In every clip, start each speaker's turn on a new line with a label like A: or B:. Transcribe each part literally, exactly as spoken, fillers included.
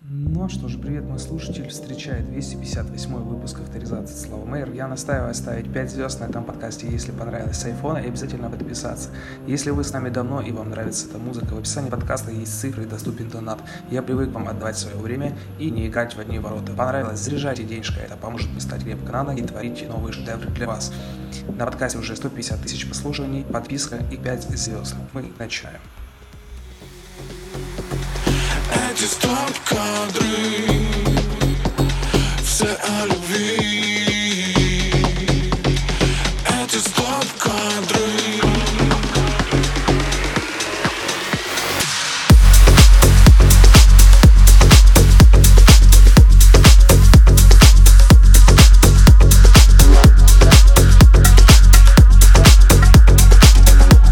A: Ну что же, привет, мой слушатель, встречает двести пятьдесят восьмой выпуск авторизации Слава Мэйр. Я настаиваю ставить пять звезд на этом подкасте, если понравилось с айфона, и обязательно подписаться. Если вы с нами давно и вам нравится эта музыка, в описании подкаста есть цифры и доступен донат. Я привык вам отдавать свое время и не играть в одни ворота. Понравилось? Заряжайте денежка, это поможет мне стать крепко на ноги и творить новые шедевры для вас. На подкасте уже сто пятьдесят тысяч прослушиваний, подписка и пять звезд. Мы начинаем.
B: Эти стоп-кадры, все о любви. Эти стоп-кадры.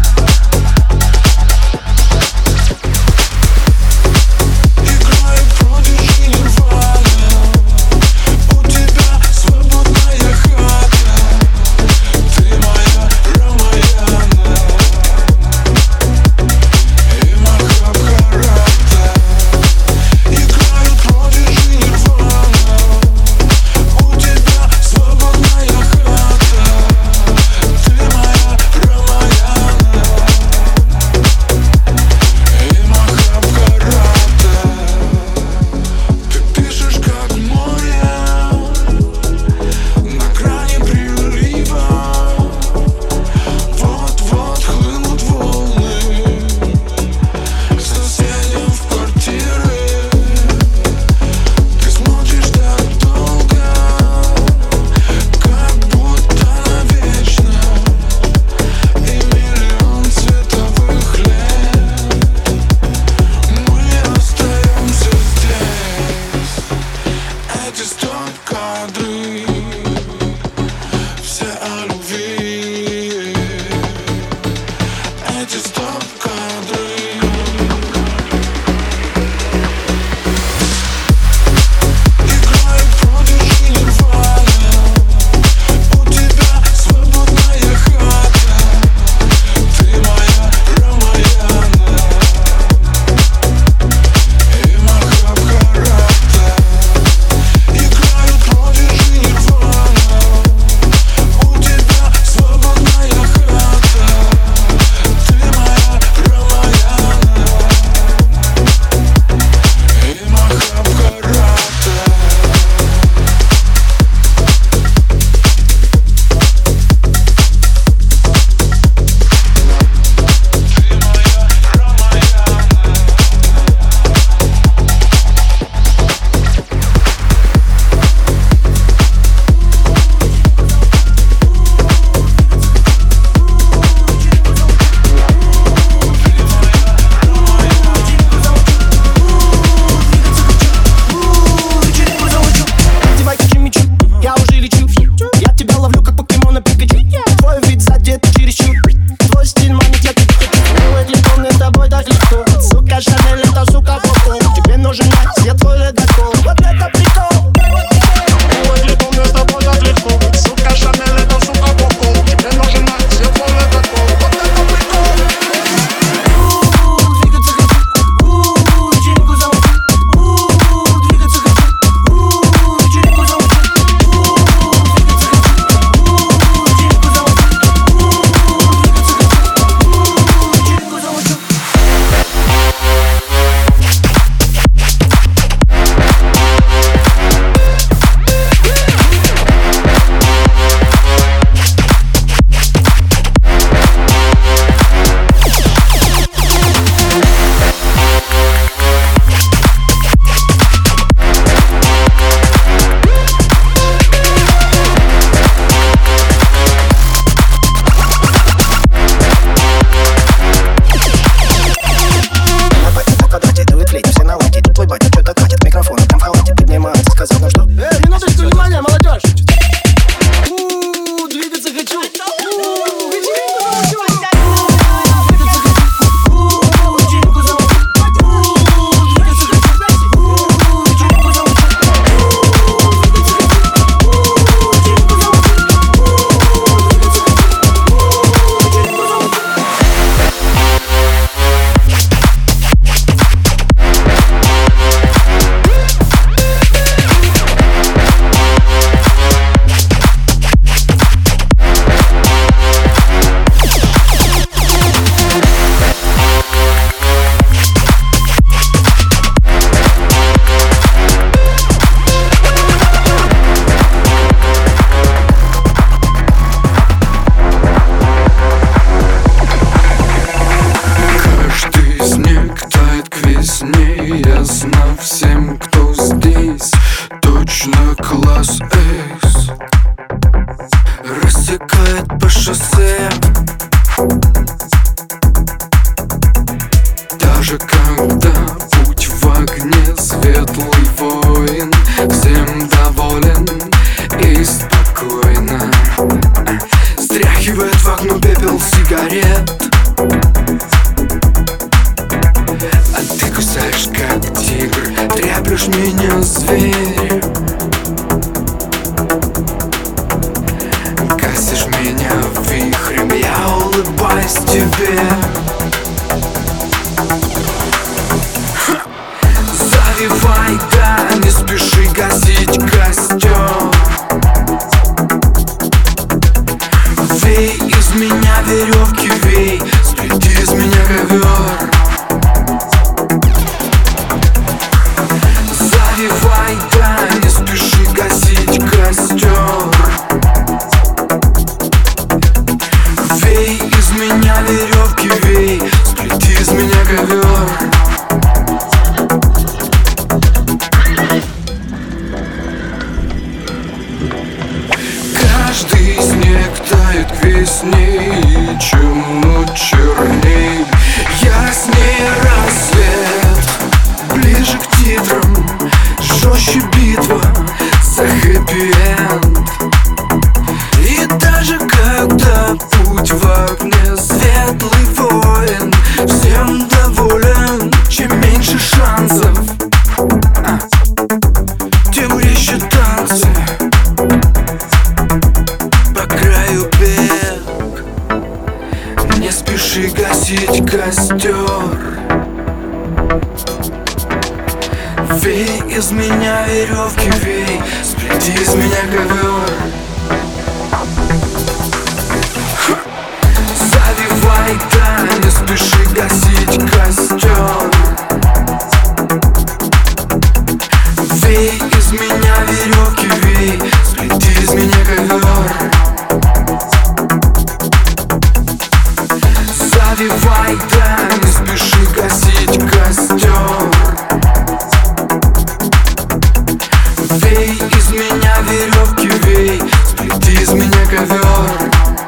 B: Играю
C: светлый воин, всем доволен и спокойно стряхивает в окно пепел сигарет. А ты кусаешь как тигр, треплешь меня, зверь, гасишь меня вихрем, я улыбаюсь тебе. Завивай, да, не спеши гасить костер. Вей из меня веревки, вей, сплети из меня ковер. Завивай, да, не спеши гасить костер. Вей из меня веревки, вей, сплети из меня ковер. Каждый снег тает к весне, и чем черней яснее рассвет. Ближе к титрам, жестче битва за хэппи-энд. И даже когда путь в огне, светлый воин всем доволен. Чем меньше шансов, а, тем резче танцы. По краю бег, не спеши гасить костер. Вей из меня веревки, вей, сплети из меня ковер. Завивай, да, не спеши гасить костер. Вей из меня веревки, вей, сплети из меня ковер. Завивай, да, не спеши гасить костер. Вей из меня веревки, вей, сплети из меня ковер.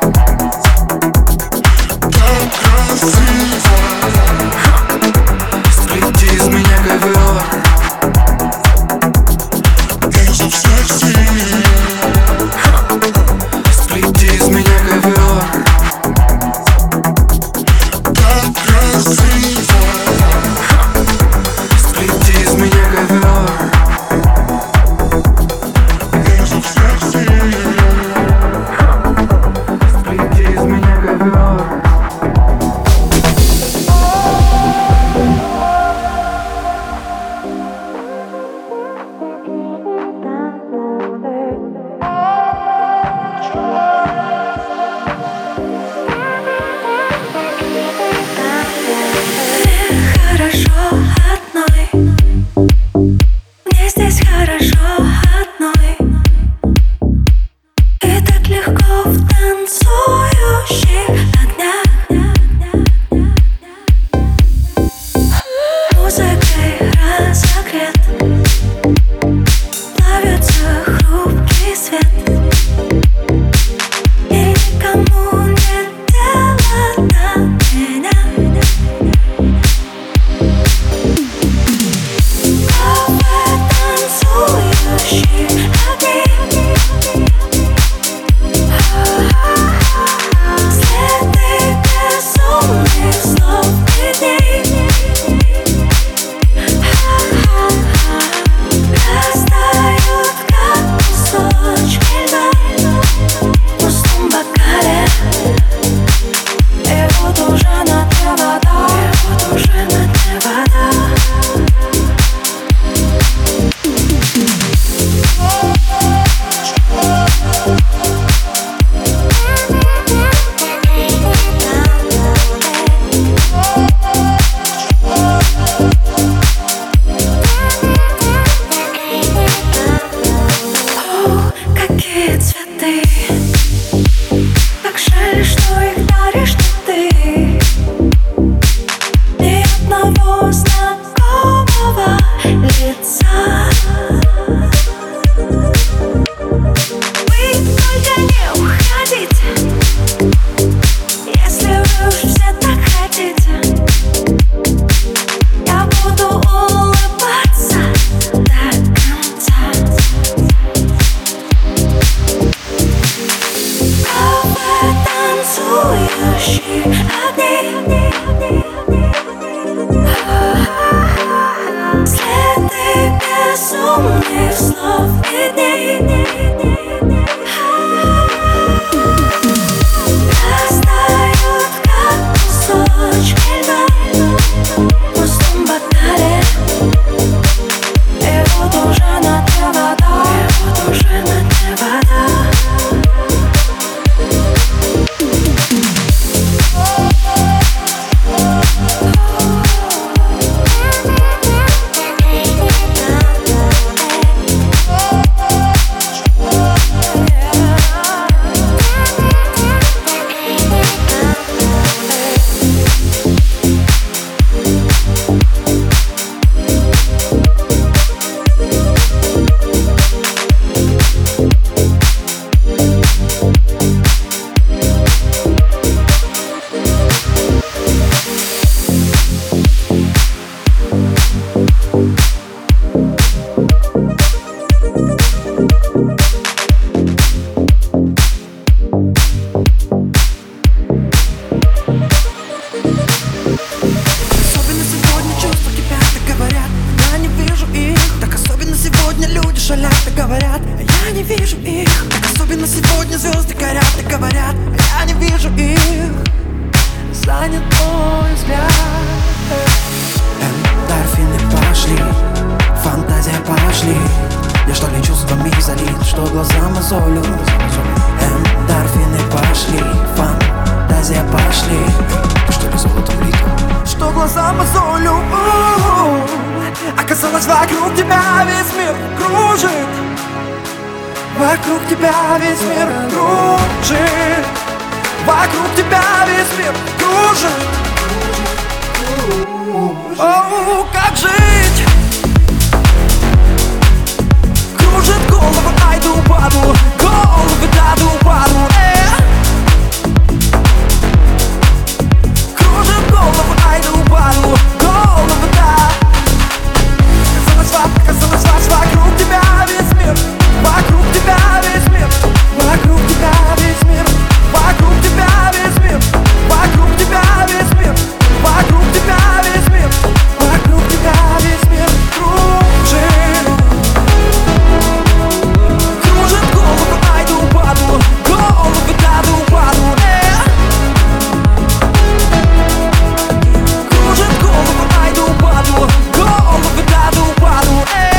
B: Так красиво,
C: Сплети из меня ковер.
B: изо всех сил.
C: Сплети из меня ковер.
B: Так красиво,
C: Сплети из меня ковер.
B: изо всех сил.
C: Сплети из меня ковер.
D: Хорошо одной, мне здесь хорошо одной. И так легко в танцующих огнях. Музыкой разогрет, плавится хрупкий свет. И никому нет дела до меня. Танцующие огни, следы безумных снов и дней. Растают, как кусочки льда в пустом бокале. И вот уже на дне вода, и вот уже на дне вода. О, какие цветы! Как жаль, что их даришь не ты. Ни одного знакомого лица. Вы только не уходите, если вы уж все так хотите. Я буду улыбаться безумных слов и дней. Растают, как кусочки льда в пустом бокале. И вот уже на дне вода, и вот уже на дне вода.
E: Говорят, я не вижу их. Так особенно сегодня звезды горят и говорят, я не вижу их. Занят мой взгляд. Эндорфины пошли, фантазия пошли. Я что ли чувствами залит, что глаза мозолю. Эндорфины пошли, фантазия пошли. Что ли золотом лито, что глаза мозолю. Оказалось, вокруг тебя весь мир кружит. Вокруг тебя весь мир кружит. Вокруг тебя весь мир кружит. О, как жить? Кружит голову, айду паду. Голову даду паду, э. Кружит голову, айду паду. Голову да. Казалось, вас вокруг тебя весь мир. Вокруг тебя весь мир. Вокруг тебя весь мир. Вокруг тебя весь мир. Вокруг тебя весь мир. Вокруг тебя весь мир. Вокруг тебя весь мир кружит. Кружит голову, айду паду. Голову даду паду, э. Кружит голову, айду паду. Голову даду паду, э.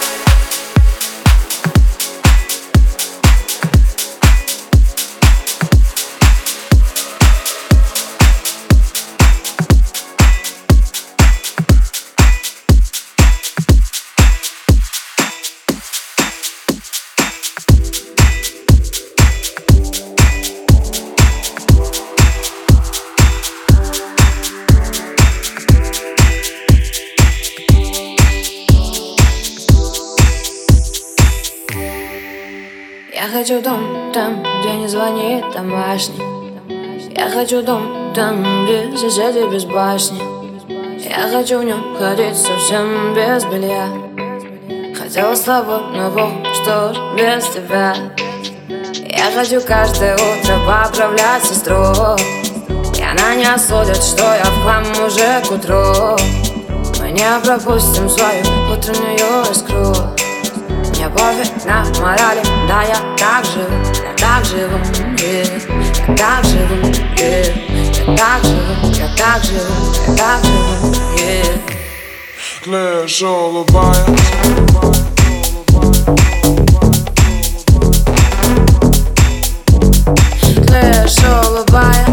F: Я хочу дом там, где не звонит домашний. Я хочу дом там, где соседи без башни. Я хочу в нем ходить совсем без белья. Хотела с тобой, но бог, что ж без тебя. Я хочу каждое утро поправлять сестру, и она не осудит, что я в хлам уже к утру. Мы не пропустим свою утреннюю искру. Мне пофиг на морали, да я так живу, я так живу, yeah. Я так живу, yeah. Я так живу, я так живу, я так живу, yeah.
B: Лишь улыбаясь.
F: Лишь улыбаясь.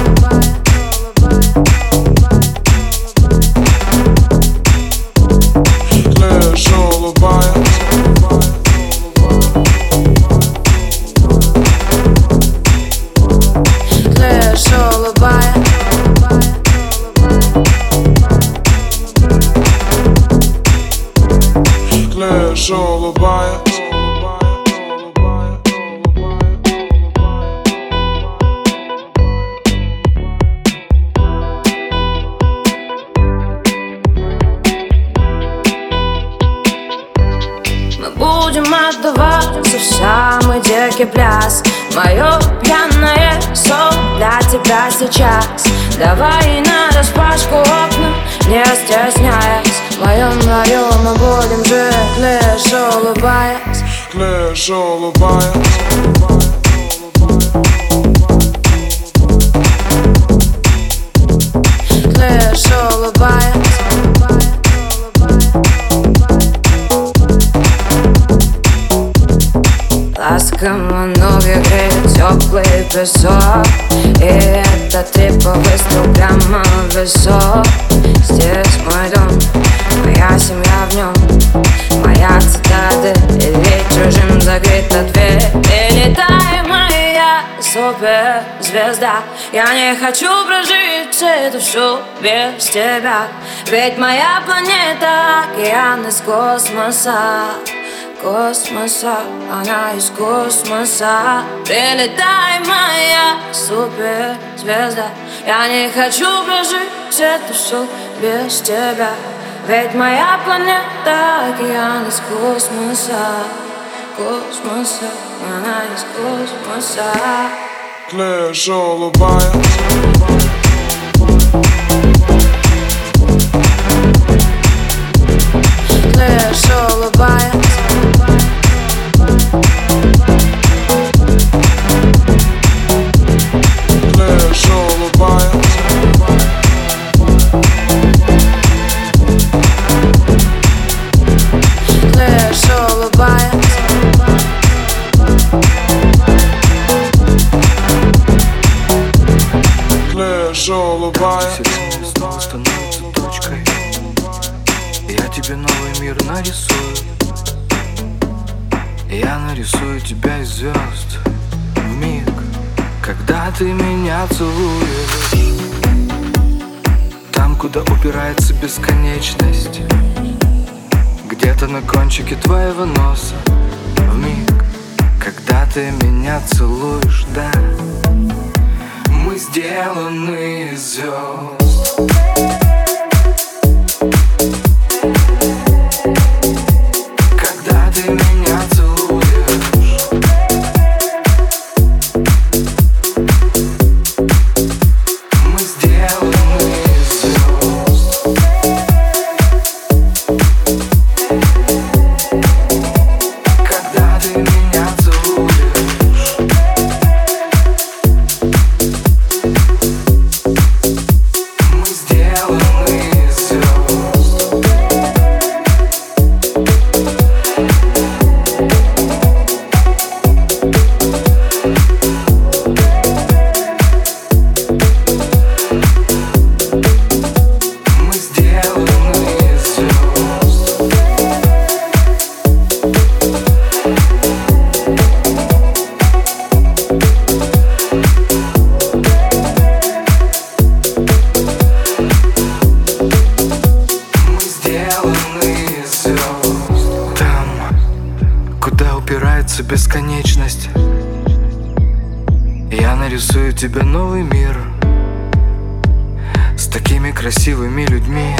B: Лишь улыбаясь.
F: Лишь улыбаясь.
B: Лишь улыбаясь.
F: Мы будем отдаваться в самый дикий пляс. Мое пьяное соло для тебя сейчас. Давай нараспашку окна, не стесняясь. В моем раю мы будем жить, лишь улыбаясь,
B: лишь улыбаясь.
F: лишь улыбаясь. Ласково ноги греет теплый песок, и это триповый стул прямо в висок. Здесь мой дом, моя семья в нем, моя цитадель, и ведь чужим закрыта дверь. И летай, моя суперзвезда, я не хочу прожить эту всю без тебя. Ведь моя планета — океан из космоса. Космоса, она из космоса. Прилетай, моя суперзвезда, я не хочу прожить это все без тебя. Ведь моя планета — океан из космоса. Космоса, она из космоса.
B: Лишь улыбаясь.
F: Лишь улыбаясь.
B: Лишь улыбаясь.
F: Лишь улыбаясь.
B: Лишь улыбаясь.
G: Все снова становится точкой. Я тебе новый мир нарисую. Я нарисую тебя из звезд в миг, когда ты меня целуешь. Там, куда упирается бесконечность, где-то на кончике твоего носа. В миг, когда ты меня целуешь, да. Мы сделаны из звезд. Когда ты меня целуешь, мы сделаны из звезд. Когда ты меня целуешь, мы сделаны из звезд. Мы сделаны из звезд. Мы сделаны из звезд. Там, куда упирается бесконечность, я нарисую тебе новый мир с такими красивыми людьми,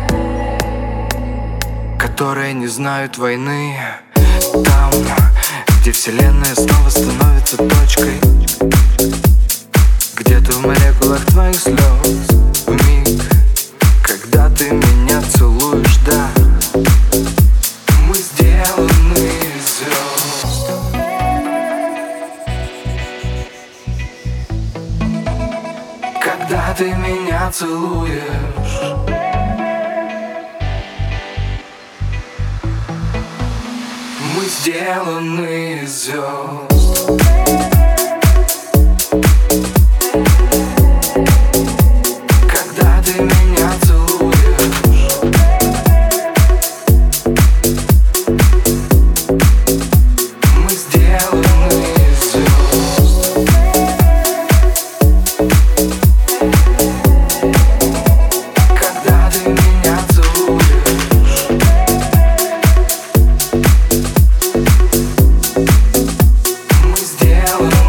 G: которые не знают войны. Там, где вселенная снова становится точкой, где-то в молекулах твоих слез. В миг, когда ты меня целуешь, да. Мы сделаны из звезд. Когда ты меня целуешь, мы сделаны из звезд. Когда ты меня целуешь, мы сделаны из звезд. Когда ты меня целуешь, мы сделаны.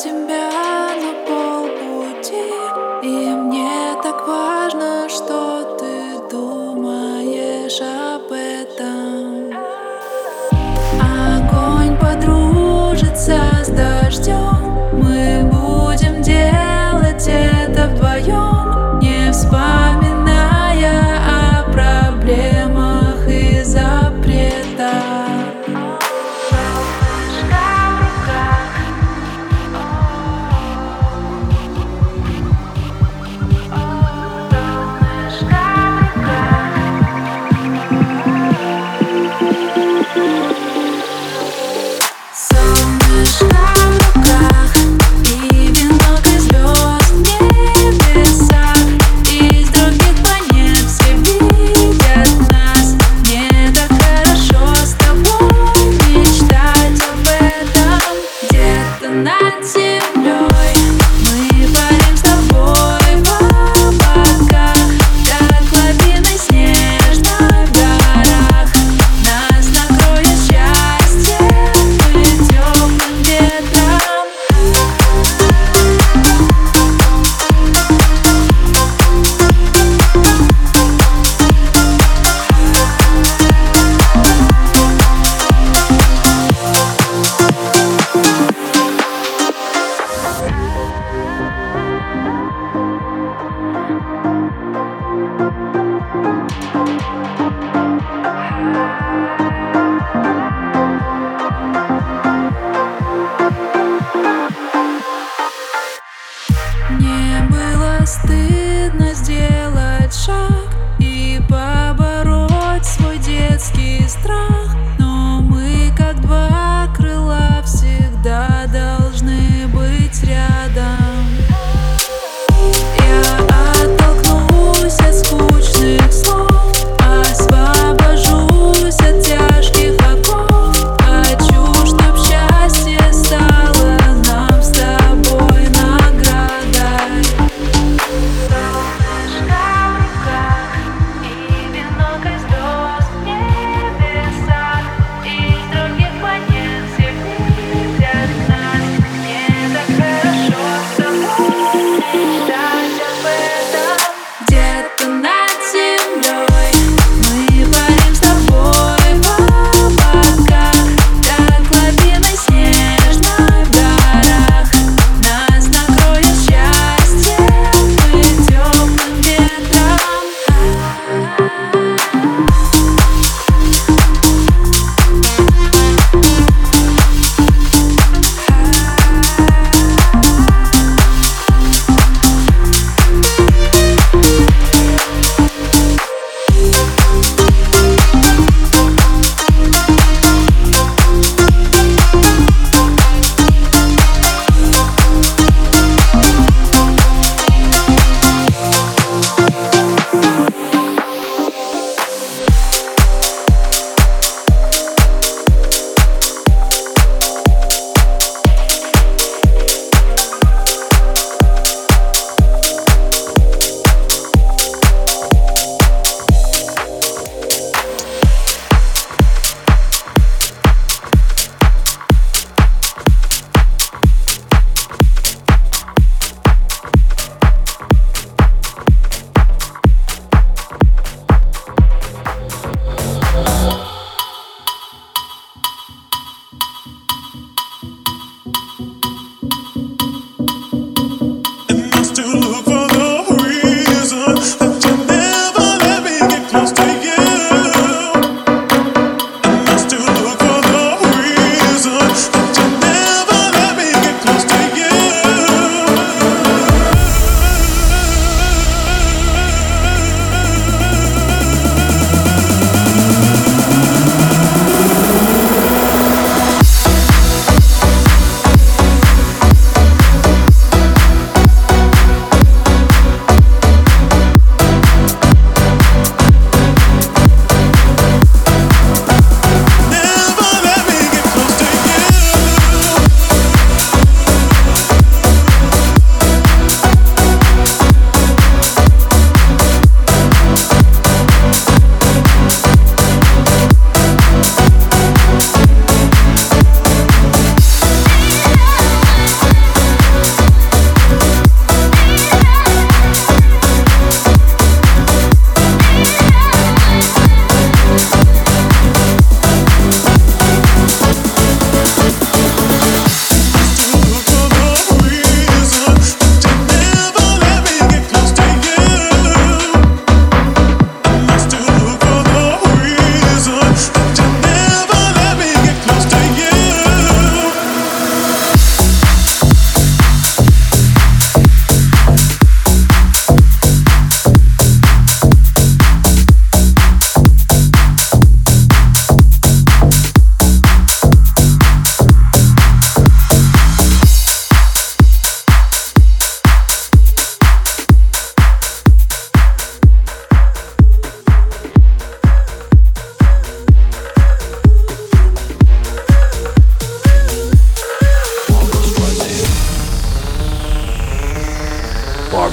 D: тебя на полпути, и мне так важно, что ты думаешь об этом. Огонь подружится с дождем, мы будем делать это вдвоем, не вспоминая о проблемах и запретах. Над землей мы парим с тобой в облаках, как лавины снежной в горах. Нас накроет счастье и теплым ветром.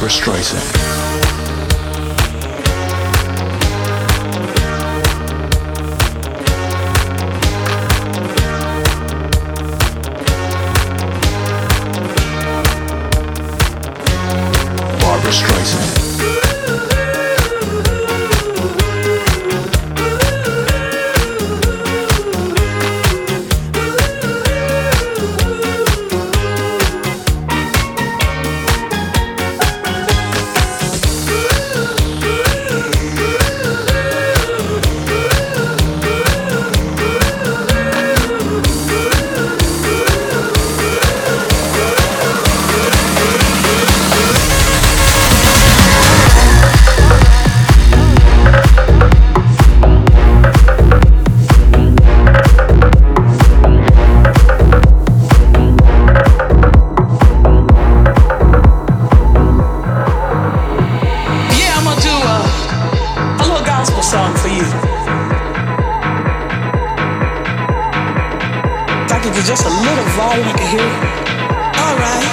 H: Barbra Streisand. Barbra Streisand.
I: Just a little volume, I can hear it. All right.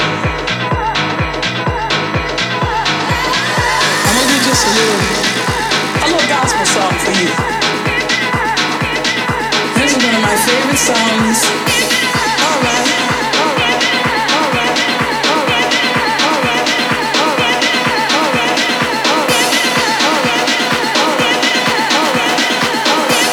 I: I'm gonna do just a little, a little gospel song for you. This is one of my favorite songs. All right. All right. All right. All right. All right. All right. All right. All right. All right. All right. All right. All right.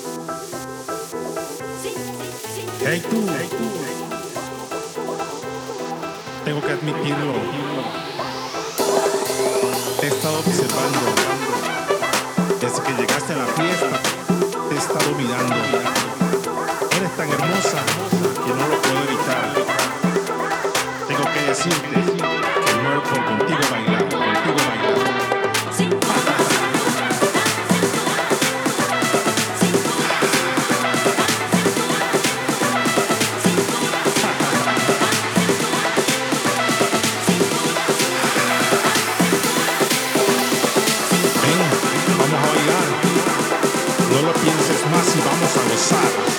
J: Hey tú, tengo que admitirlo, te he estado observando, desde que llegaste a la fiesta, te he estado mirando, eres tan hermosa que no lo puedo evitar, tengo que decirte que muero por contigo bailar, contigo bailar. No lo pienses más y vamos a gozar.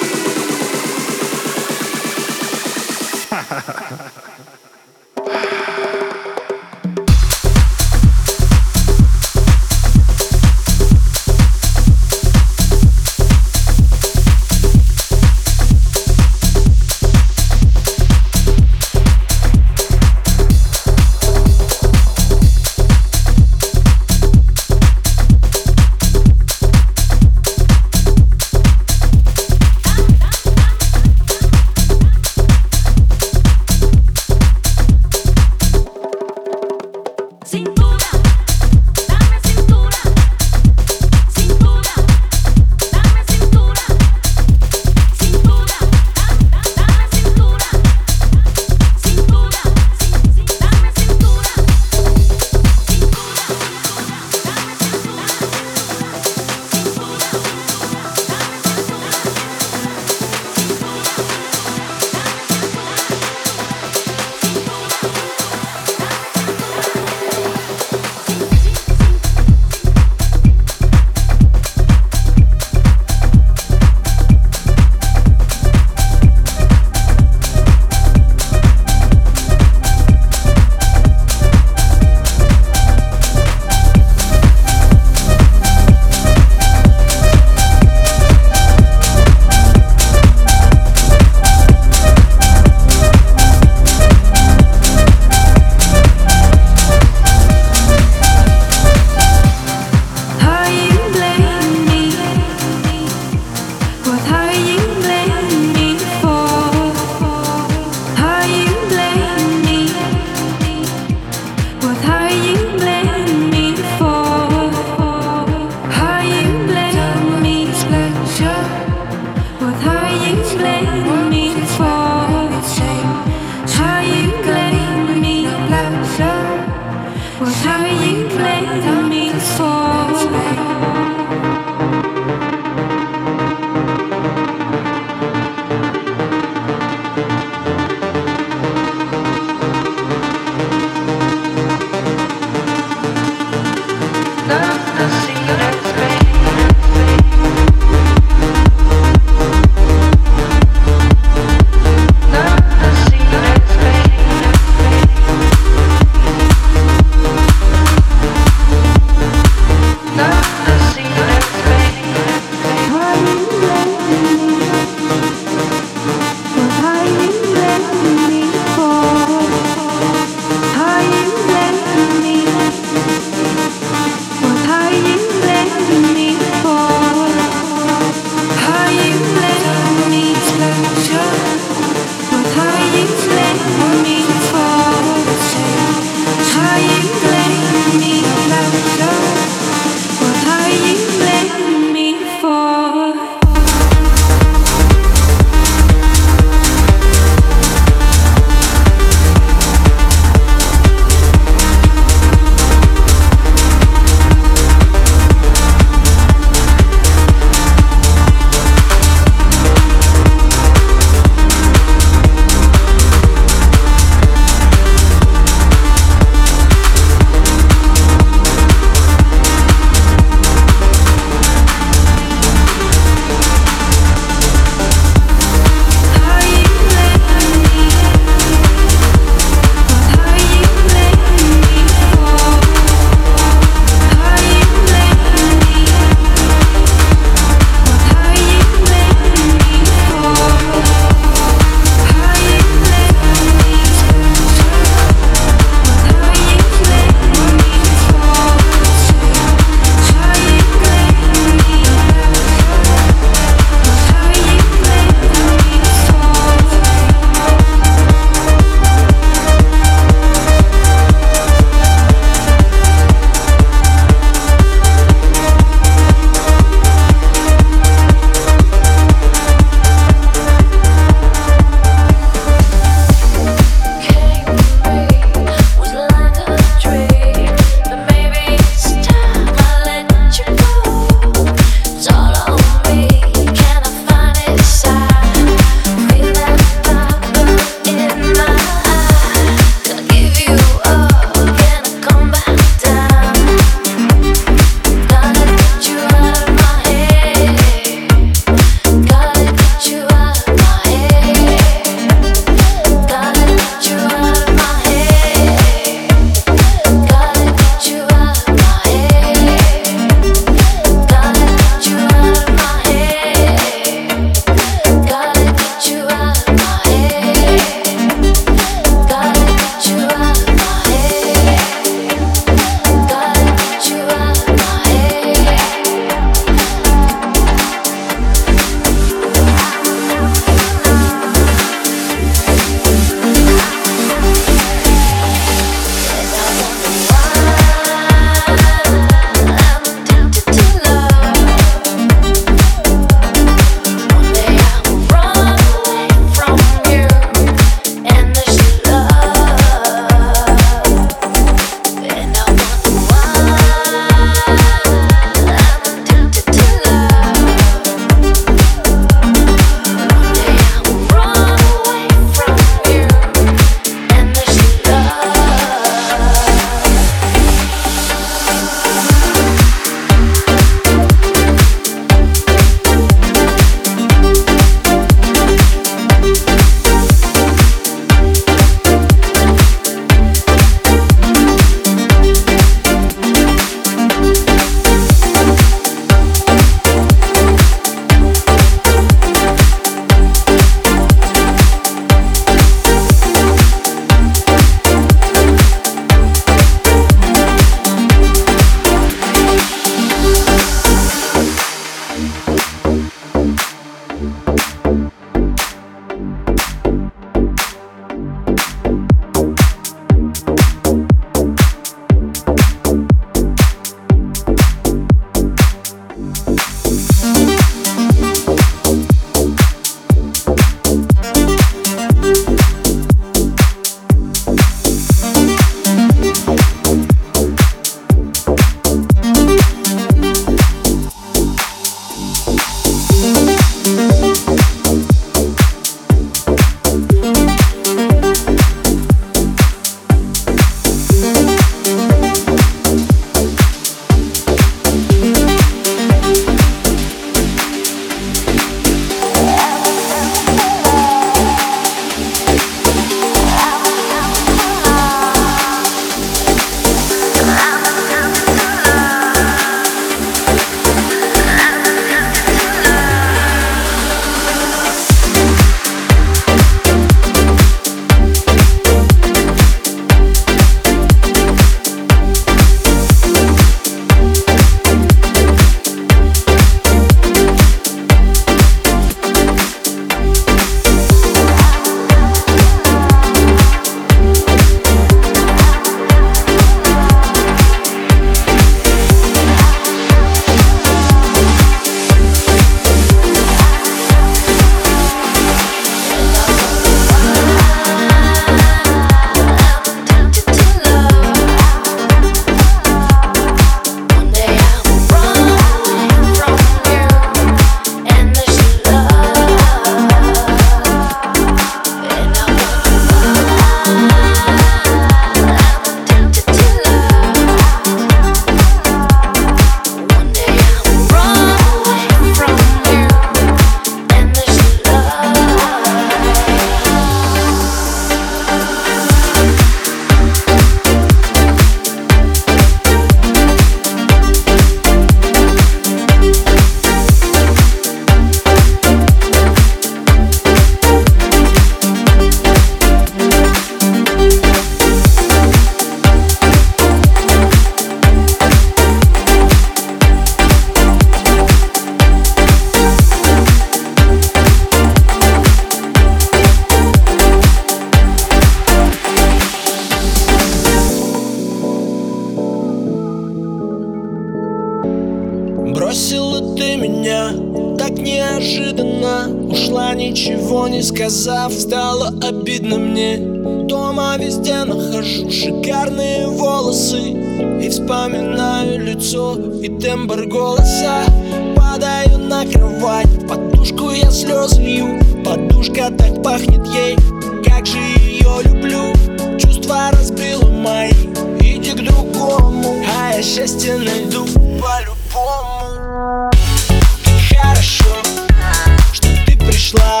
K: Бросила ты меня так неожиданно, ушла, ничего не сказав. Стало обидно мне. Дома везде нахожу шикарные волосы и вспоминаю лицо и тембр голоса. Падаю на кровать, в подушку я слезы лью. Подушка так пахнет ей, как же ее люблю. Чувства разбила мои, иди к другому, а я счастье найду по-любому. Хорошо, что ты пришла.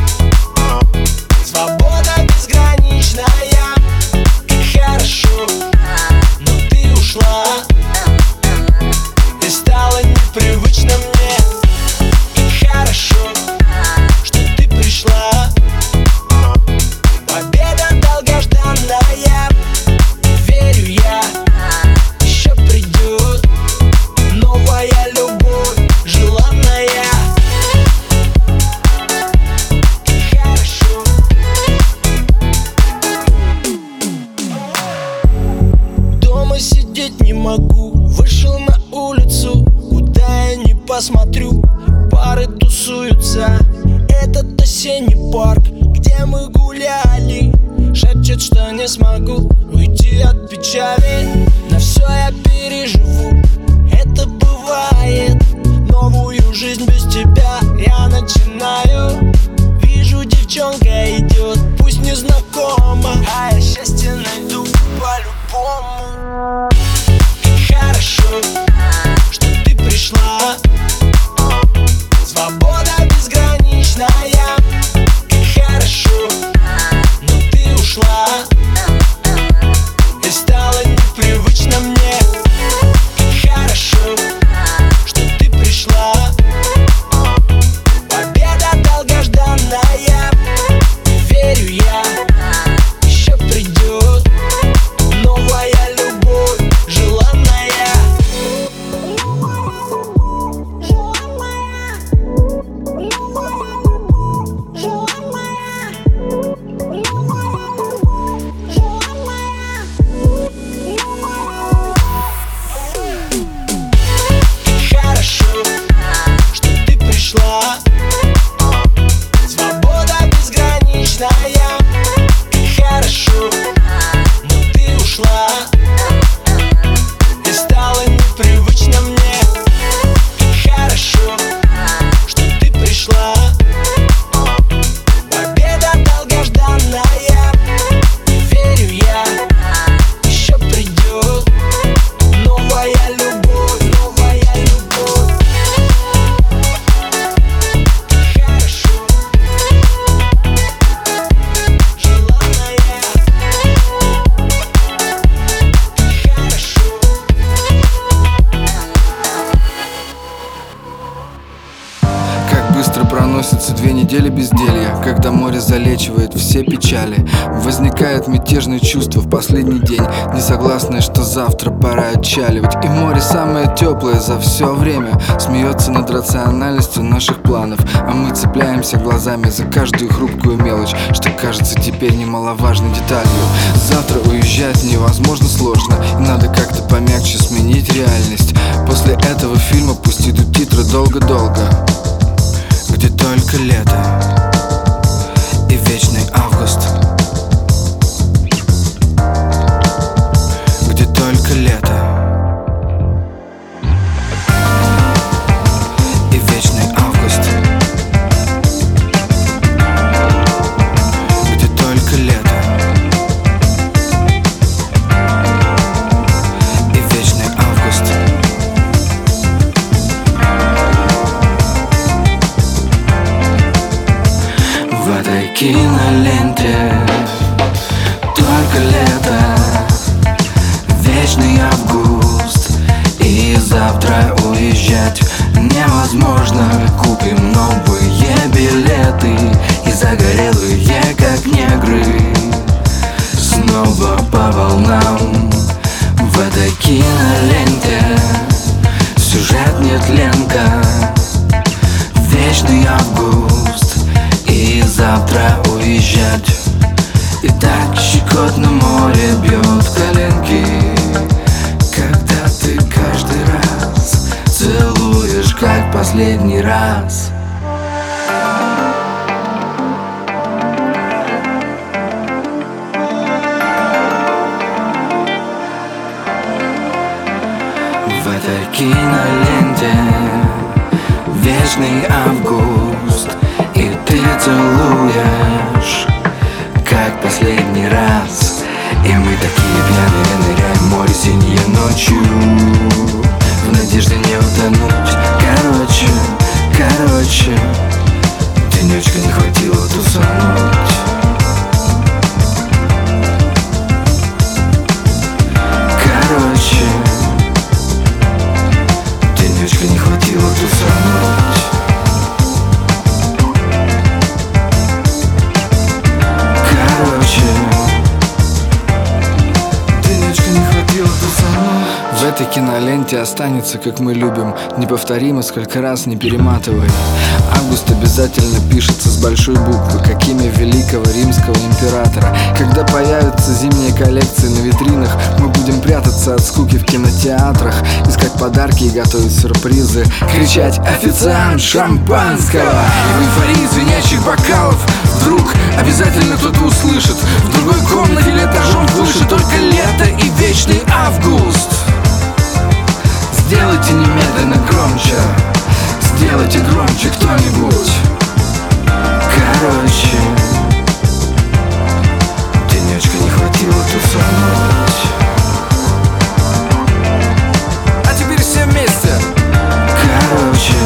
K: Свобода безграничная. Хорошо, но ты ушла, и стало непривычно мне. Хорошо, что ты пришла. Победа долгожданная. Верю я, еще придет новая любовь, желанная. Хорошо. Дома сидеть не могу, вышел на улицу. Куда я не посмотрю, пары тусуются. Этот осенний парк, где мы гуляли, шепчет, что не смогу уйти от печали. На все я переживу, это бывает. Новую жизнь без тебя я начинаю. Вижу, девчонка идет, пусть незнакома, а я счастье найду по-любому. Хорошо, что ты пришла. Свобода безграничная. Хорошо, но ты ушла, и стало непривычно мне. Хорошо, что ты пришла. Победа долгожданная. Верю я, еще придет новая любовь, желанная. Хорошо, что ты пришла. Свобода безграничная. Хорошо, но ты ушла, и стало непривычно мне. Хорошо, что ты пришла. Победа долгожданная. Верю я, еще придет новая любовь, новая любовь. Хорошо, желанная. Хорошо.
G: Как быстро проносятся две недели безделья, когда море залечивает все печали. Возникает мятежное чувство в последний день, несогласное, что завтра пора отчаливать. И море самое теплое за все время смеется над рациональностью наших планов, а мы цепляемся глазами за каждую хрупкую мелочь, что кажется теперь немаловажной деталью. Завтра уезжать невозможно сложно, и надо как-то помягче сменить реальность. После этого фильма пусть идут титры долго-долго, где только лето и вечный август, где только лето и вечный август, где только лето и вечный август. В этой киноленте только лето, вечный август, и завтра уезжать невозможно. Купим новые билеты и загорелые, как негры, снова по волнам. В этой киноленте сюжет нетленка, вечный август, и завтра уезжать. И так щекотно море бьет коленки, когда ты каждый раз целуешь помнишь, как последний раз? В этой киноленте вечный август, и ты целуешь, как последний раз. И мы такие пьяные ныряем в море синее ночью, в надежде не утонуть. Короче, короче, денечка не хватило тусануть. Короче, денечка не хватило тусануть. Короче, денечка не хватило тусануть. В этой киноленте останется, как мы любим, неповторимо, сколько раз не перематывай. Август обязательно пишется с большой буквы, как имя великого римского императора. Когда появятся зимние коллекции на витринах, мы будем прятаться от скуки в кинотеатрах, искать подарки и готовить сюрпризы, кричать «Официант, шампанского!» И в эйфории звенящих бокалов вдруг обязательно кто-то услышит в другой комнате или этажом выше только лето и вечный август. Сделайте немедленно громче, сделайте громче кто-нибудь. Короче, денечка не хватило тусануть. А теперь все вместе. Короче,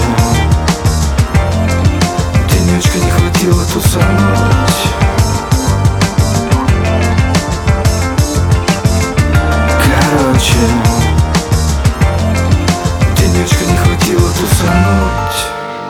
G: денечка не хватило тусануть. Короче, денечка не хватило тусануть.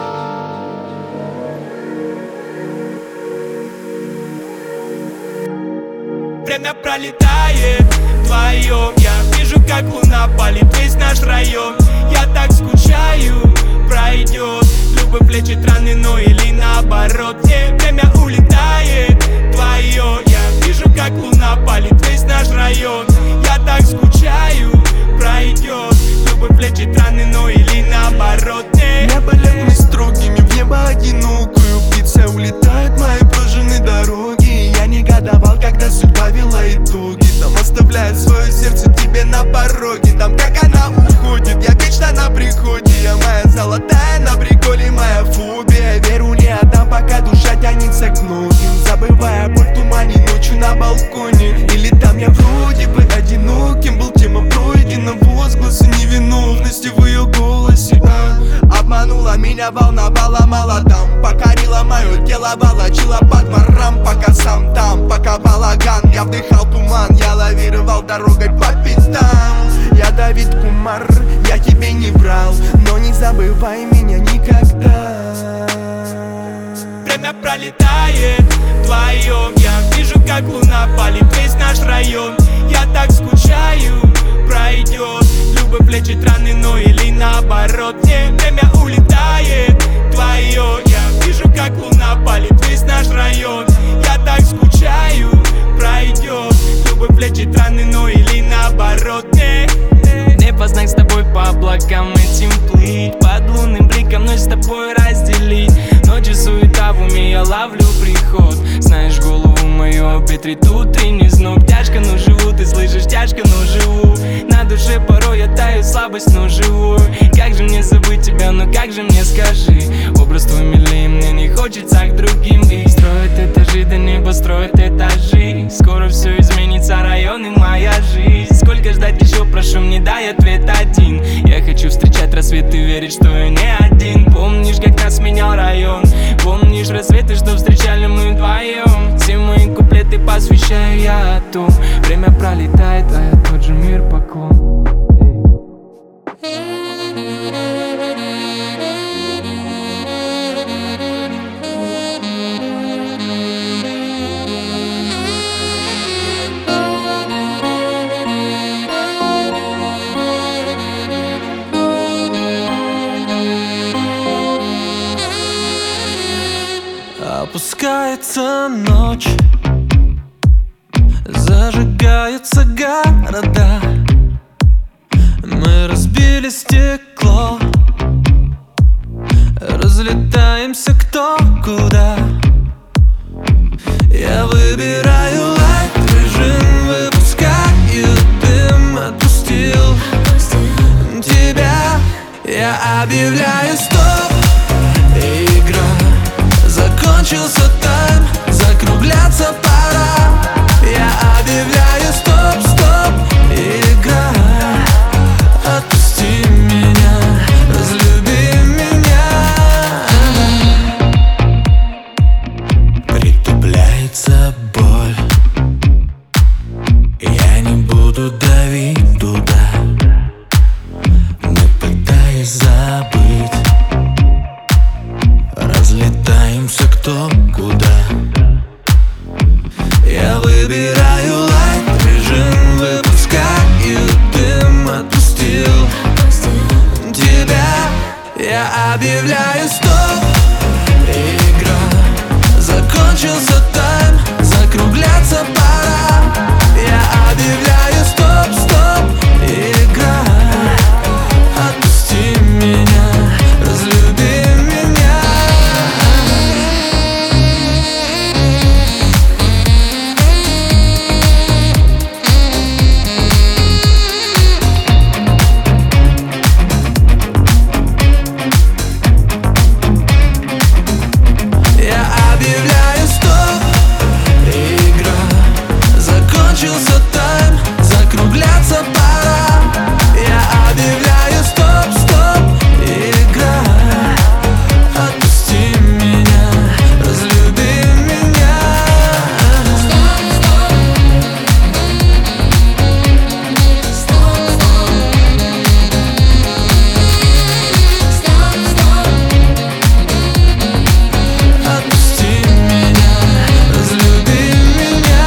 L: Время пролетает вдвоем, я вижу, как луна палит весь наш район. Я так скучаю, пройдет, любовь лечит раны, но или наоборот. Не, время улетает вдвоем, я вижу, как луна палит весь наш район. Я так скучаю, пройдет, любовь лечит раны, но или наоборот. Не,
M: небо лет мы строгими, в небо одинокую птица улетает мои прожженные дороги. Я негодовал, когда судьба вела итоги, там оставляет свое сердце тебе на пороге. Там как она уходит, я вечно на приходе. Я моя золотая на приколе, моя фобия. Веру не отдам, пока душа тянется к многим, забывая боль в тумане ночью на балконе. Или там я вроде бы одиноким был, тема пройдена, возгласы невиновности в ее голосе. а. Обманула меня, волновала мало там, покорила мое тело, волочила по дворам. Пока сам там, пока балаган, я вдыхал туман, я лавировал дорогой по пятам. Я Давид Кумар, я тебе не врал, но не забывай меня никогда.
L: Время пролетает вдвоем, я вижу, как луна палит весь наш район. Я так скучаю, пройдет, любовь лечит раны, но или наоборот. Не, время улетает вдвоем, я вижу, как луна палит весь наш район. Я так скучаю, пройдет, любовь лечит раны, но или наоборот. Не, небо знак с тобой по облакам этим плыть, под лунным бликом ночь с тобой разделить. Ночью суета в уме, я ловлю приход. Знаешь, голову мою обветрит утренний зноб. Тяжко, но живу, ты слышишь, тяжко, но живу. На душе порой я таю, слабость, но живой. Как же мне забыть тебя, ну как же мне скажи? Образ твой милее, мне не хочется к другим. И строят этажи, до неба строят этажи. Скоро все изменится, район и моя жизнь. Сколько ждать еще, прошу, мне дай ответ один. Я хочу встречать рассвет и верить, что я не один. Помнишь, как нас менял район? Помнишь рассветы, что встречали мы вдвоем? Все мои куплеты посвящаю я отцу. Время пролетает, а я тот же мир поклон.
E: Опускается ночь, зажигаются города. Мы разбили стекло,
C: разлетаемся кто куда. Я выбираю лайт режим, выпускаю дым, отпустил тебя. Я объявляю стоп, игра закончился тайм, закругляться пора. Я объявляю стоп, стоп, игра. Отпусти меня, разлюби меня. Притупляется боль, я не буду давить туда, не пытаясь забыть. Разлетаемся кто куда. Я выбираю лайт режим, выпускаю дым, отпустил тебя. Я объявляю стоп, игра закончился тайм, закругляться пора. Я объявляю стоп, стоп, игра. Отпусти меня, разлюби меня. Я объявляю стоп, игра закончился тайм, закругляться пора. Я объявляю стоп, стоп, игра. Отпусти меня, разлюби меня. Отпусти меня, разлюби меня.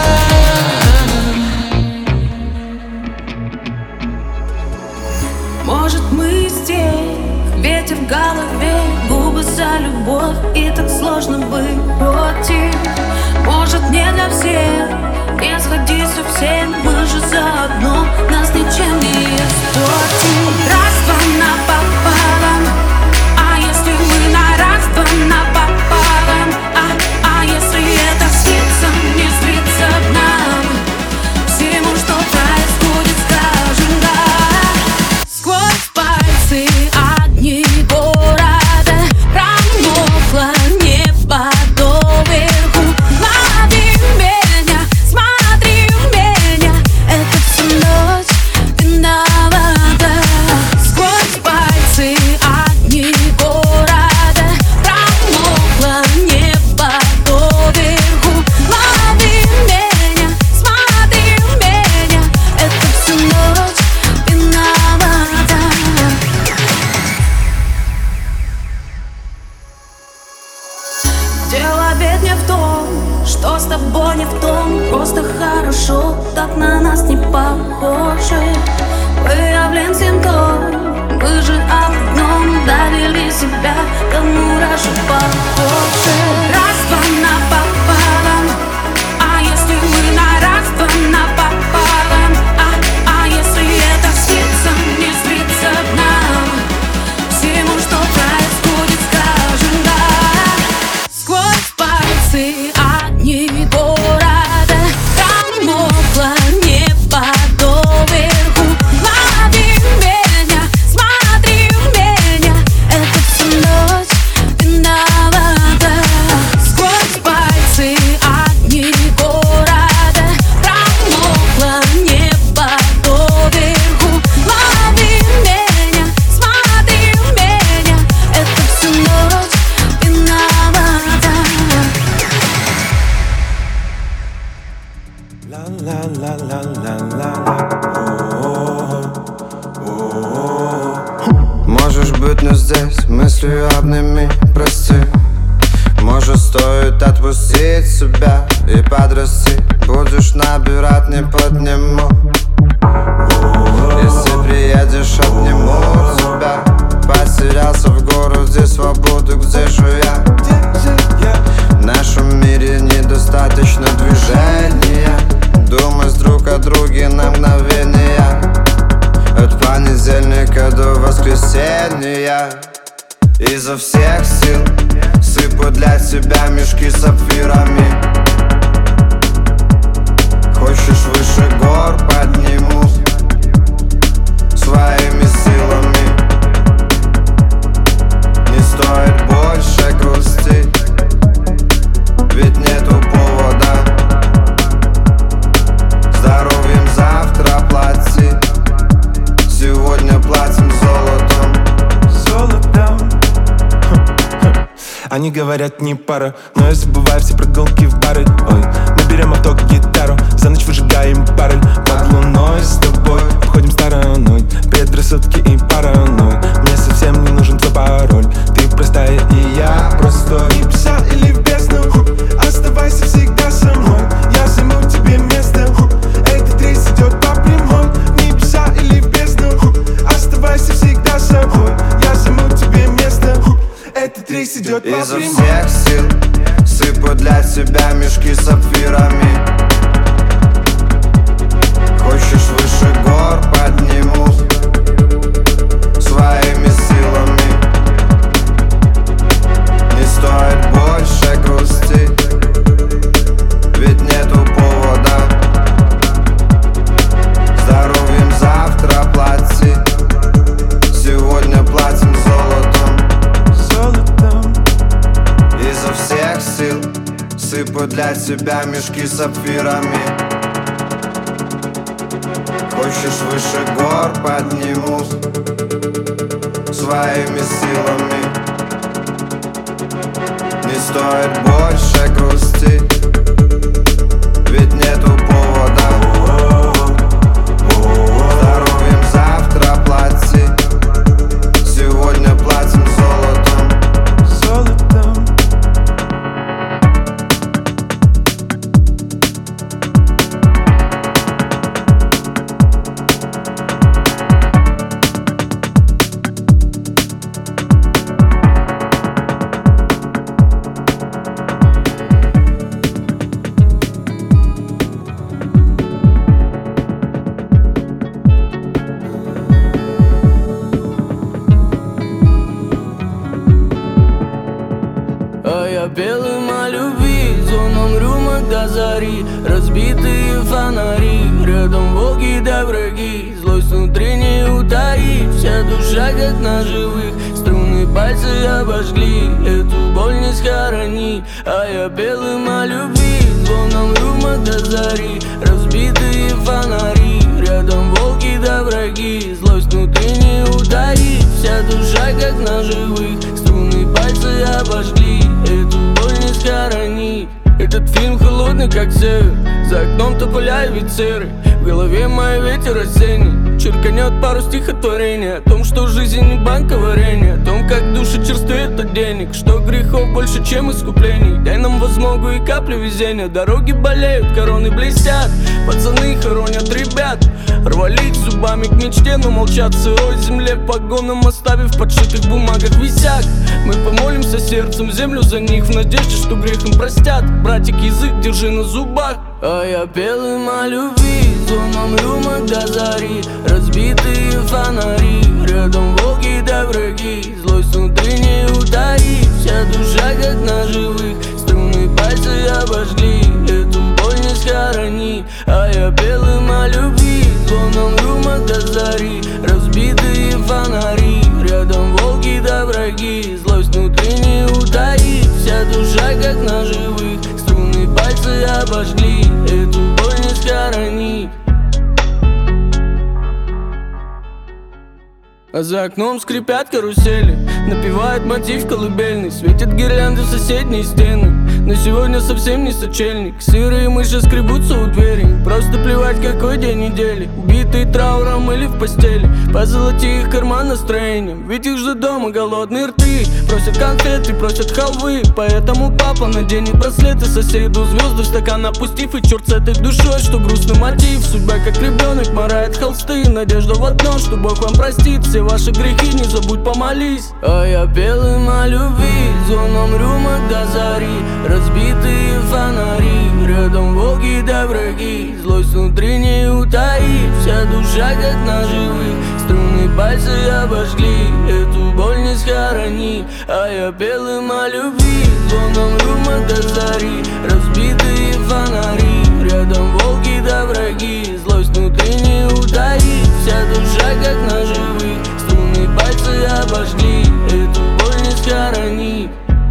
F: Может, мы из тех, ветер в голове, губы за любовь, и так сложно быть против. Может, не для всех, не сходи совсем, мы же заодно, нас ничем не испортим. Раз-два напополам, а если мы на раз-два напополам, а, а если это снится, не снится нам, всему, что происходит, скажем да. Сквозь пальцы огни города промокло небо доверху. Лови меня, смотри в меня, это всю ночь виновата. Сквозь пальцы огни города промокло небо доверху. Лови меня, смотри в меня, это всю ночь виновата. Дело ведь не в том, что с тобой не в том, просто хорошо, так на нас не похожи. Выявлен симптом, мы же об одном, довели себя до мурашек похожи. Раз-два напополам, а если мы на раз-два напополам, а, а если это снится, не снится нам, всему, что происходит, скажем да. Сквозь пальцы огни города промокло небо доверху. Лови меня, смотри в меня, это всю ночь виновата. Сквозь пальцы огни города промокло небо доверху. Лови меня, смотри в меня, это всю ночь виновата.
N: Можешь быть не здесь, мыслью обними, прости. Может, стоит отпустить себя и подрасти. Будешь набирать, не подниму. Если приедешь, обниму тебя. Потерялся в городе свободы, где же я? В нашем мире недостаточно движения. Думать друг о друге на мгновение. От понедельника до воскресенья. Изо всех сил сыпу для тебя мешки с сапфирами. Хочешь выше гор, подниму своими силами. Не стоит больше грустить, ведь нету повода. Здоровьем завтра плати, сегодня платим золотом.
M: Золотом. Они говорят не пара, но я забываю все прогулки в бары. Ой, мы берем авто, гитару, за ночь выжигаем пароль. Под луной с тобой обходим стороной предрассудки и паранойи. Мне совсем не нужен твой пароль, ты простая и я простой. Небеса или в бездну, оставайся всегда со мной. Я займу тебе место, этот рейс идет по прямой. Небеса или в бездну, оставайся всегда со мной. Я займу тебе место, этот рейс идет по прямой.
N: Изо всех сил сыпу для тебя мешки с сапфирами. Хочешь выше гор, подниму своими силами. Не стоит больше грустить, ведь нету повода. Здоровьем завтра плати, сегодня платим золотом.
M: Золотом.
N: Изо всех сил сыпу для тебя мешки с сапфирами. Хочешь выше гор, подниму своими силами. Не стоит больше грустить, ведь нету повода. Здоровьем завтра плати, сегодня платим золотом.
M: Золотом.
C: А я пел им о любви, звоном рюмок до зари. Разбитые фонари, рядом волки да враги. Злость внутри не утаить, вся душа как ножевых. Струны пальцы обожгли, эту боль не схоронить. А я пел им о любви, звоном рюмок до зари. Разбитые фонари, рядом волки да враги. Злость внутри не утаить, вся душа как ножевых. Струны пальцы обожгли, эту боль не схоронить. Этот фильм холодный, как север, за окном тополя и офицеры. В голове мой ветер осенний черканет пару стихотворений. О том, что жизнь не банка варенья, о том, как душа черствеет от денег, что грехов больше, чем искуплений. Дай нам возмогу и капли везения. Дороги болеют, короны блестят, пацаны хоронят ребят. Рвались зубами к мечте, но молчат в сырой земле. Погонам оставив в подшитых бумагах висяк. Мы помолимся сердцем землю за них, в надежде, что грех им простят. Братик, язык держи на зубах. А я пел им о любви, звоном рюмок до зари. Разбитые фонари, рядом волки да враги. Злость внутри не утаить, вся душа как ножевых. Струны пальцы обожгли, эту боль не схоронить. А я пел им о любви, звоном рюмок до зари. Разбитые фонари, рядом волки да враги. Злость внутри не утаить, вся душа как ножевых. Струны пальцы обожгли, эту боль не схоронить. А за окном скрипят карусели, напевает мотив колыбельный. Светят гирлянды в соседние стены, но сегодня совсем не сочельник. Сырые мыши скребутся у двери, просто плевать, какой день недели. Убитые трауром или в постели, позолоти их карман настроением. Ведь их ждут дома голодные рты, просят конфеты, просят халвы. Поэтому папа наденет браслеты соседу, звезды в стакан опустив. И черт с этой душой, что грустный мотив. Судьба как ребенок морает холсты, надежда в одно, что Бог вам простит все ваши грехи, не забудь помолись. А я пел им о любви, звоном рюмок до зари. Разбитые фонари, рядом волки да враги. Злость внутри не утаить, вся душа как ножевых. Струны пальцы обожгли, эту боль не схоронить. А я пел им о любви, звоном рюмок до зари, разбитые фонари, рядом волки да враги, злость внутри не утаить, вся душа как ножевых, струны пальцы обожгли, эту боль не схоронить.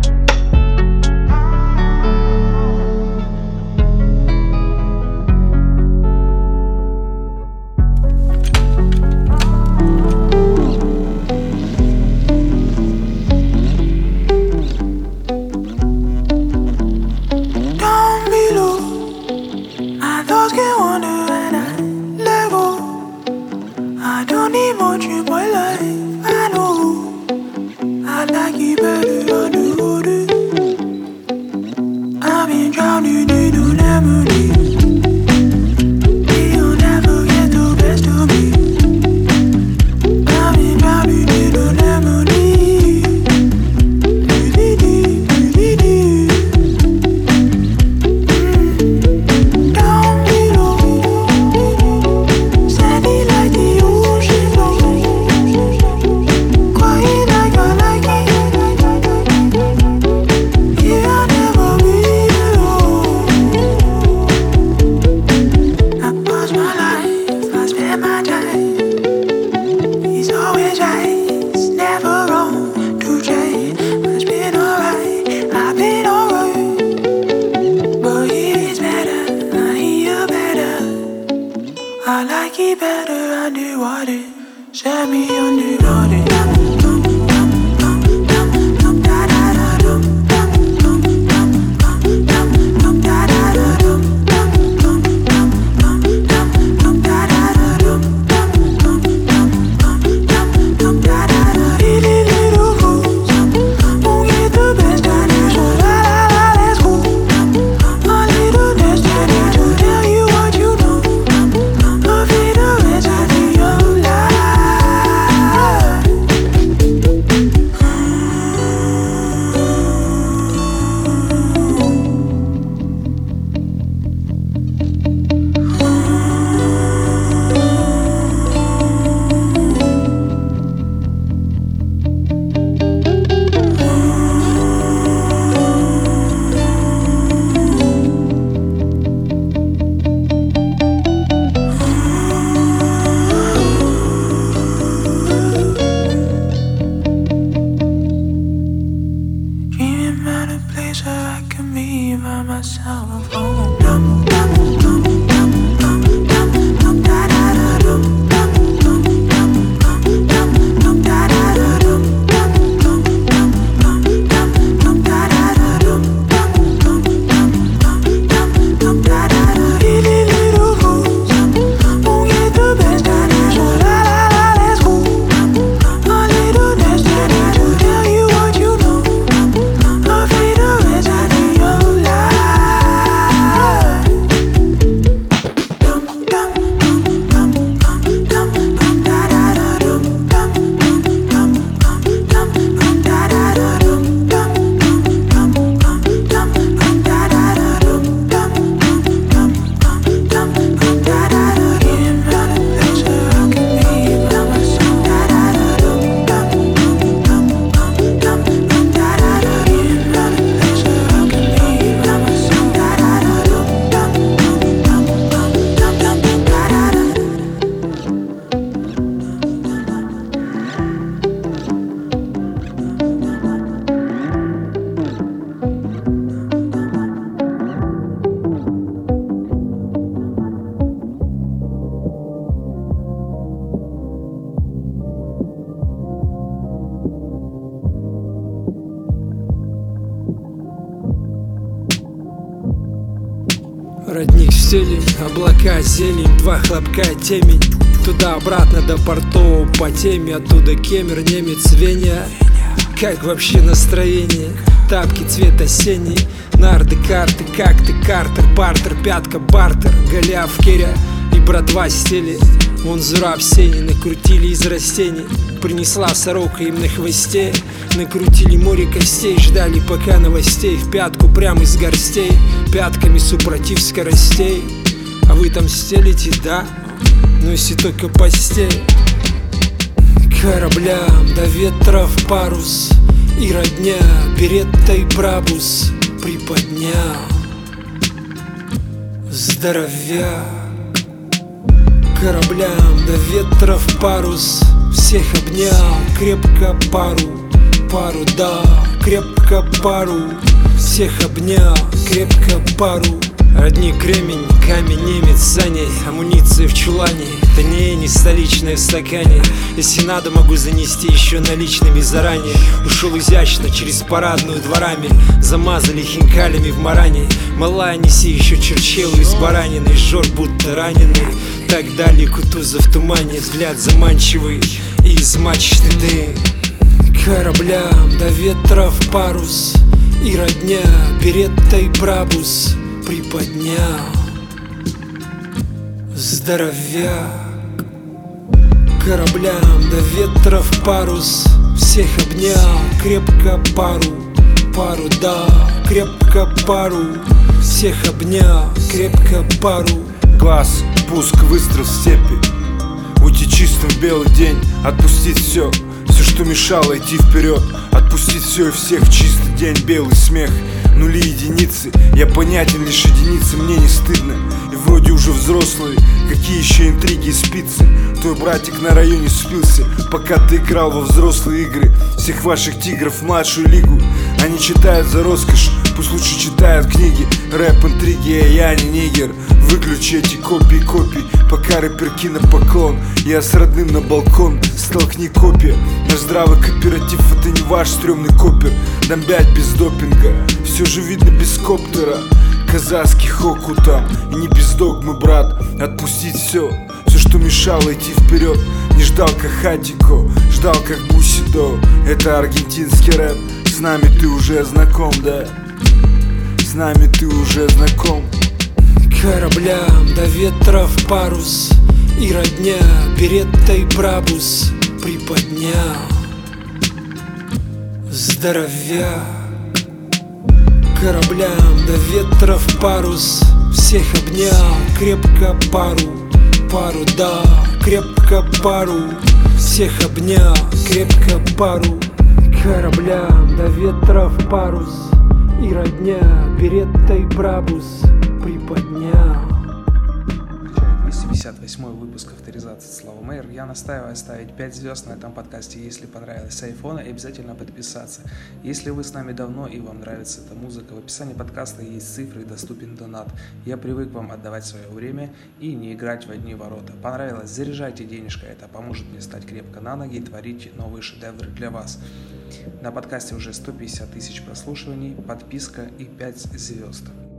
E: I like it better underwater. Set me underwater.
O: Родник стелень, облака, зелень, два хлопка, темень. Туда-обратно до портового по теме, оттуда Кемер, немец, Веня. Как вообще настроение? Тапки цвет осенний, нарды, карты, как ты, Картер, Бартер, пятка, бартер, Голиаф, Керя и братва стели. Вон зура в сене, накрутили из растений. Принесла сорока им на хвосте. Накрутили море костей, ждали пока новостей. В пятку прямо из горстей, пятками супротив скоростей. А вы там стелите, да? Но если только постель. Кораблям до ветра в парус, и родня, беретта и брабус. приподнял. Здоровяк. Кораблям до ветров парус, всех обнял, крепко пару, пару дал, крепко пару, всех обнял, крепко пару. Одни кремень, камень, немец, сани, амуниции в чулане, тонее не столичное в стакане. Если надо, могу занести еще наличными заранее. Ушел изящно через парадную дворами, замазали хинкалями в маране. Малая, неси еще черчелу из баранины, жор будто раненый. Так далее Кутузов в тумане, взгляд заманчивый и измачечный дым. Кораблям до ветров парус, и родня беретта и брабус приподнял. Здоровяк. Кораблям до ветров парус, всех обнял, крепко пару, пару дал, крепко пару, всех обнял, крепко пару.
P: Глаз, пуск, выстрел в степи, уйти чистым в белый день, отпустить все, все, что мешало идти вперед, отпустить все и всех в чистый день, белый смех, нули, единицы, я понятен лишь единицы, мне не стыдно, и вроде уже взрослые, какие еще интриги и спицы. Твой братик на районе спился, пока ты играл во взрослые игры. Всех ваших тигров в младшую лигу, они читают за роскошь, пусть лучше читают книги. Рэп, интриги, а я не нигер. Выключи эти копии копий, пока рэперки на поклон. Я с родным на балкон, столкни копия. Наш здравый кооператив, это не ваш стрёмный копер. Домбять без допинга, все же видно без коптера. Казахский хоку там, и не без догмы, брат. Отпустить все, все, что мешало идти вперед. Не ждал как Хатико, ждал как Бусидо. Это аргентинский рэп, с нами ты уже знаком, да? С нами ты уже знаком.
O: Кораблям до ветров парус, и родня беретта и брабус приподнял. Здоровяк. Кораблям до ветров парус, всех обнял, крепко пару, пару дал, крепко пару, всех обнял, крепко пару. Кораблям до ветров парус, и родня беретта и брабус приподнял.
A: двести пятьдесят восьмой выпуск авторизации Слава Мэйр. Я настаиваю ставить пять звезд на этом подкасте, если понравилось с айфона, и обязательно подписаться. Если вы с нами давно и вам нравится эта музыка, в описании подкаста есть цифры и доступен донат. Я привык вам отдавать свое время и не играть в одни ворота. Понравилось? Заряжайте денежка, это поможет мне стать крепко на ноги и творить новые шедевры для вас. На подкасте уже сто пятьдесят тысяч прослушиваний, подписка и пять звезд.